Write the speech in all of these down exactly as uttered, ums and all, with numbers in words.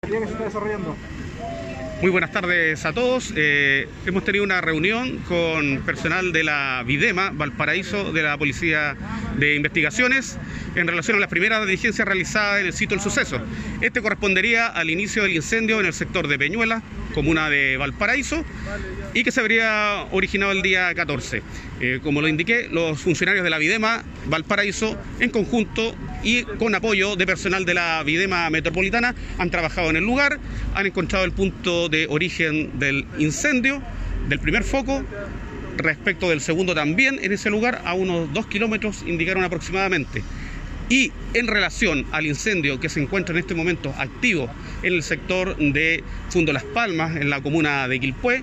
actividad que se está desarrollando? Muy buenas tardes a todos. Eh, hemos tenido una reunión con personal de la Videma, Valparaíso, de la Policía de Investigaciones, en relación a las primeras diligencias realizadas en el sitio del suceso. Este correspondería al inicio del incendio en el sector de Peñuelas, comuna de Valparaíso, y que se habría originado el día catorce. Eh, como lo indiqué, los funcionarios de la Videma Valparaíso, en conjunto y con apoyo de personal de la Videma Metropolitana, han trabajado en el lugar, han encontrado el punto de origen del incendio, del primer foco. Respecto del segundo también, en ese lugar, a unos dos kilómetros indicaron aproximadamente. Y en relación al incendio que se encuentra en este momento activo en el sector de Fundo Las Palmas, en la comuna de Quilpué,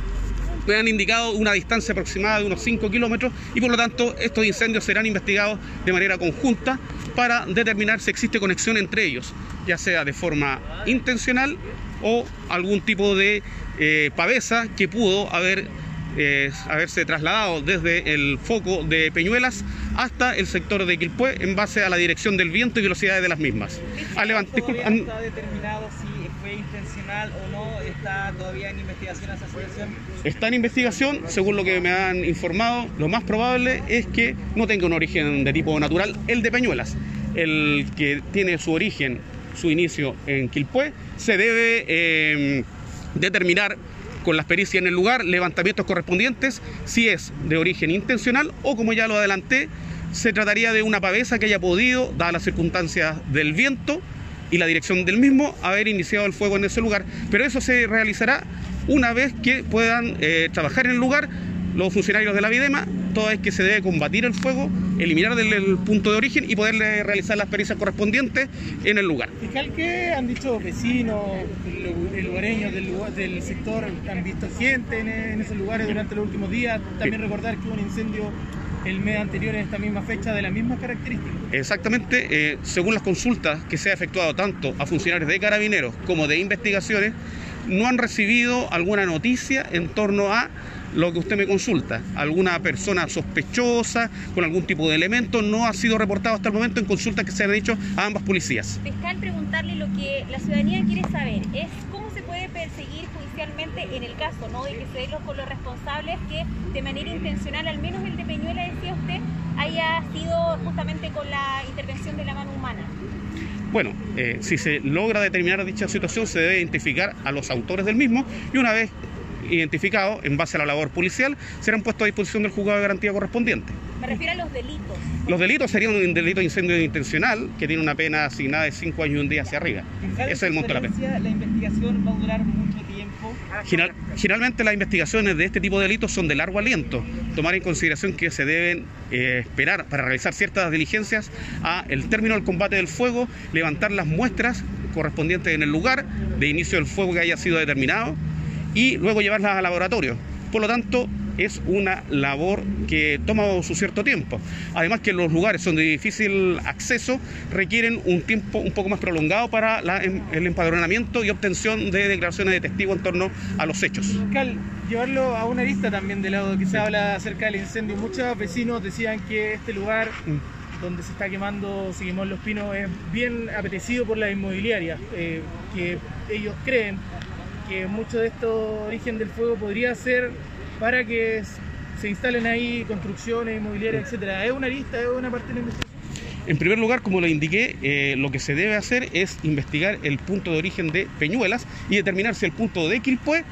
me han indicado una distancia aproximada de unos cinco kilómetros y por lo tanto estos incendios serán investigados de manera conjunta para determinar si existe conexión entre ellos, ya sea de forma intencional o algún tipo de eh, pavesa que pudo haber Eh, haberse trasladado desde el foco de Peñuelas hasta el sector de Quilpué en base a la dirección del viento y velocidades de las mismas. Ah, levant... Disculpa, ¿Todavía está determinado si fue intencional o no? ¿Está todavía en investigación esa situación? Está en investigación, según lo que me han informado. Lo más probable es que no tenga un origen de tipo natural, el de Peñuelas. El que tiene su origen, su inicio en Quilpué, se debe eh, determinar con las pericias en el lugar, levantamientos correspondientes, si es de origen intencional o, como ya lo adelanté, se trataría de una pavesa que haya podido, dadas las circunstancias del viento y la dirección del mismo, haber iniciado el fuego en ese lugar. Pero eso se realizará una vez que puedan eh, trabajar en el lugar los funcionarios de la Videma, toda vez que se debe combatir el fuego, eliminar del el punto de origen y poderle realizar las pericias correspondientes en el lugar. Fiscal, ¿qué han dicho vecinos, lugareños del, lugar, del sector? ¿Han visto gente en, en esos lugares durante los últimos días? También recordar que hubo un incendio el mes anterior en esta misma fecha de las mismas características. Exactamente, eh, según las consultas que se ha efectuado tanto a funcionarios de Carabineros como de investigaciones, no han recibido alguna noticia en torno a lo que usted me consulta. Alguna persona sospechosa con algún tipo de elemento no ha sido reportado hasta el momento en consultas que se han hecho a ambas policías. Fiscal, preguntarle lo que la ciudadanía quiere saber es cómo se puede perseguir judicialmente en el caso, ¿no?, de que se den los, con los responsables que de manera intencional, al menos el de Peñuela, decía usted, haya sido justamente con la intervención de la mano humana. Bueno, eh, si se logra determinar dicha situación, se debe identificar a los autores del mismo y una vez identificados, en base a la labor policial, serán puestos a disposición del juzgado de garantía correspondiente. Me refiero a los delitos. Los delitos serían un delito de incendio intencional que tiene una pena asignada de cinco años y un día hacia arriba. Ese es el monto de la pena. ¿La investigación va a durar mucho tiempo? General, generalmente las investigaciones de este tipo de delitos son de largo aliento. Tomar en consideración que se deben eh, esperar para realizar ciertas diligencias a el término del combate del fuego, levantar las muestras correspondientes en el lugar de inicio del fuego que haya sido determinado y luego llevarlas al laboratorio. Por lo tanto, es una labor que toma su cierto tiempo. Además que los lugares son de difícil acceso, requieren un tiempo un poco más prolongado para la, el empadronamiento y obtención de declaraciones de testigo en torno a los hechos. Fiscal, llevarlo a una lista también del lado que se habla acerca del incendio. Muchos vecinos decían que este lugar mm. donde se está quemando, se quemó en Los Pinos, es bien apetecido por las inmobiliarias, eh, que ellos creen que mucho de esto origen del fuego podría ser para que se instalen ahí construcciones inmobiliarias, etcétera. ¿Es una lista, es una parte de la investigación? En primer lugar, como lo indiqué, eh, lo que se debe hacer es investigar el punto de origen de Peñuelas y determinar si el punto de Quilpué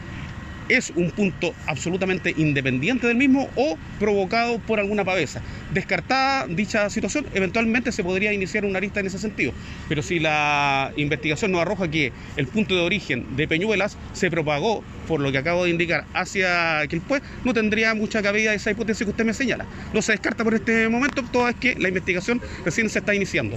es un punto absolutamente independiente del mismo o provocado por alguna pavesa. Descartada dicha situación, eventualmente se podría iniciar una lista en ese sentido. Pero si la investigación nos arroja que el punto de origen de Peñuelas se propagó, por lo que acabo de indicar, hacia Quilpué, no tendría mucha cabida esa hipótesis que usted me señala. No se descarta por este momento, toda vez que la investigación recién se está iniciando.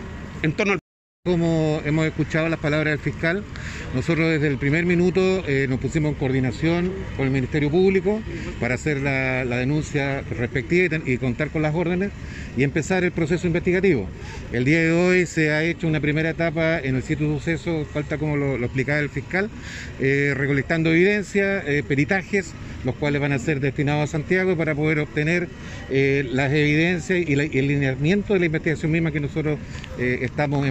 En torno al Como hemos escuchado las palabras del fiscal, nosotros desde el primer minuto eh, nos pusimos en coordinación con el Ministerio Público para hacer la, la denuncia respectiva y, ten, y contar con las órdenes y empezar el proceso investigativo. El día de hoy se ha hecho una primera etapa en el sitio de suceso, falta como lo, lo explicaba el fiscal, eh, recolectando evidencia, eh, peritajes, los cuales van a ser destinados a Santiago para poder obtener eh, las evidencias y, la, y el lineamiento de la investigación misma que nosotros eh, estamos enfrentando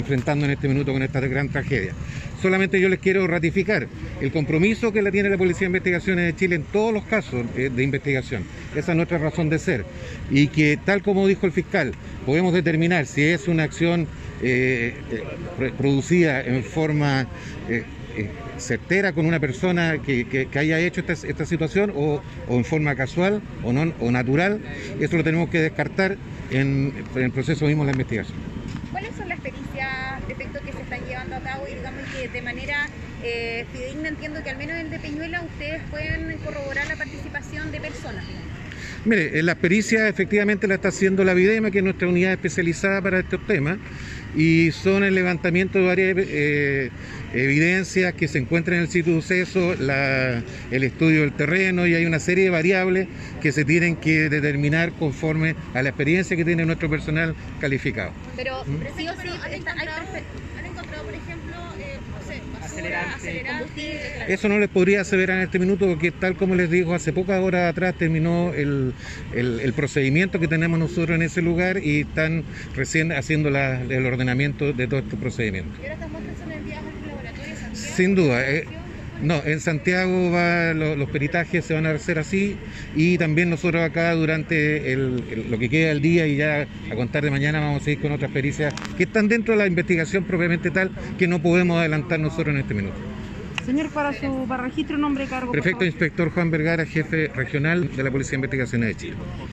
en este minuto con esta gran tragedia. Solamente yo les quiero ratificar el compromiso que la tiene la Policía de Investigaciones de Chile en todos los casos eh, de investigación. Esa es nuestra razón de ser. Y que, tal como dijo el fiscal, podemos determinar si es una acción eh, eh, producida en forma eh, eh, certera con una persona que, que, que haya hecho esta, esta situación o, o en forma casual o, no, o natural. Eso lo tenemos que descartar en, en el proceso mismo de la investigación. ¿Cuáles son las pericias de efecto que se están llevando a cabo y digamos que de manera eh, fidedigna entiendo que al menos en de Peñuela ustedes pueden corroborar la participación de personas? Mire, las pericias efectivamente la está haciendo la Videma, que es nuestra unidad especializada para estos temas, y son el levantamiento de varias eh, evidencias que se encuentran en el sitio de suceso, la, el estudio del terreno, y hay una serie de variables que se tienen que determinar conforme a la experiencia que tiene nuestro personal calificado. Pero, ¿Mm? sí o sí, ¿Han está- hay encontrado, perfe- han encontrado, por ejemplo, eh, no sé, basura, Acelerante. acelerante, Eso no les podría aseverar en este minuto porque, tal como les digo, hace pocas horas atrás terminó el, el, el procedimiento que tenemos nosotros en ese lugar y están recién haciendo la, el ordenamiento de todo este procedimiento. ¿Y ahora estas muestras son enviadas al laboratorio de Santiago? Sin duda. eh, no, en Santiago va, lo- los peritajes se van a hacer así, y también nosotros acá durante el- el- lo que queda del día y ya a contar de mañana vamos a seguir con otras pericias que están dentro de la investigación propiamente tal, que no podemos adelantar nosotros en este minuto. Señor, para su para registro, nombre y cargo. por Prefecto favor. Inspector Juan Vergara, jefe regional de la Policía de Investigaciones de Chile.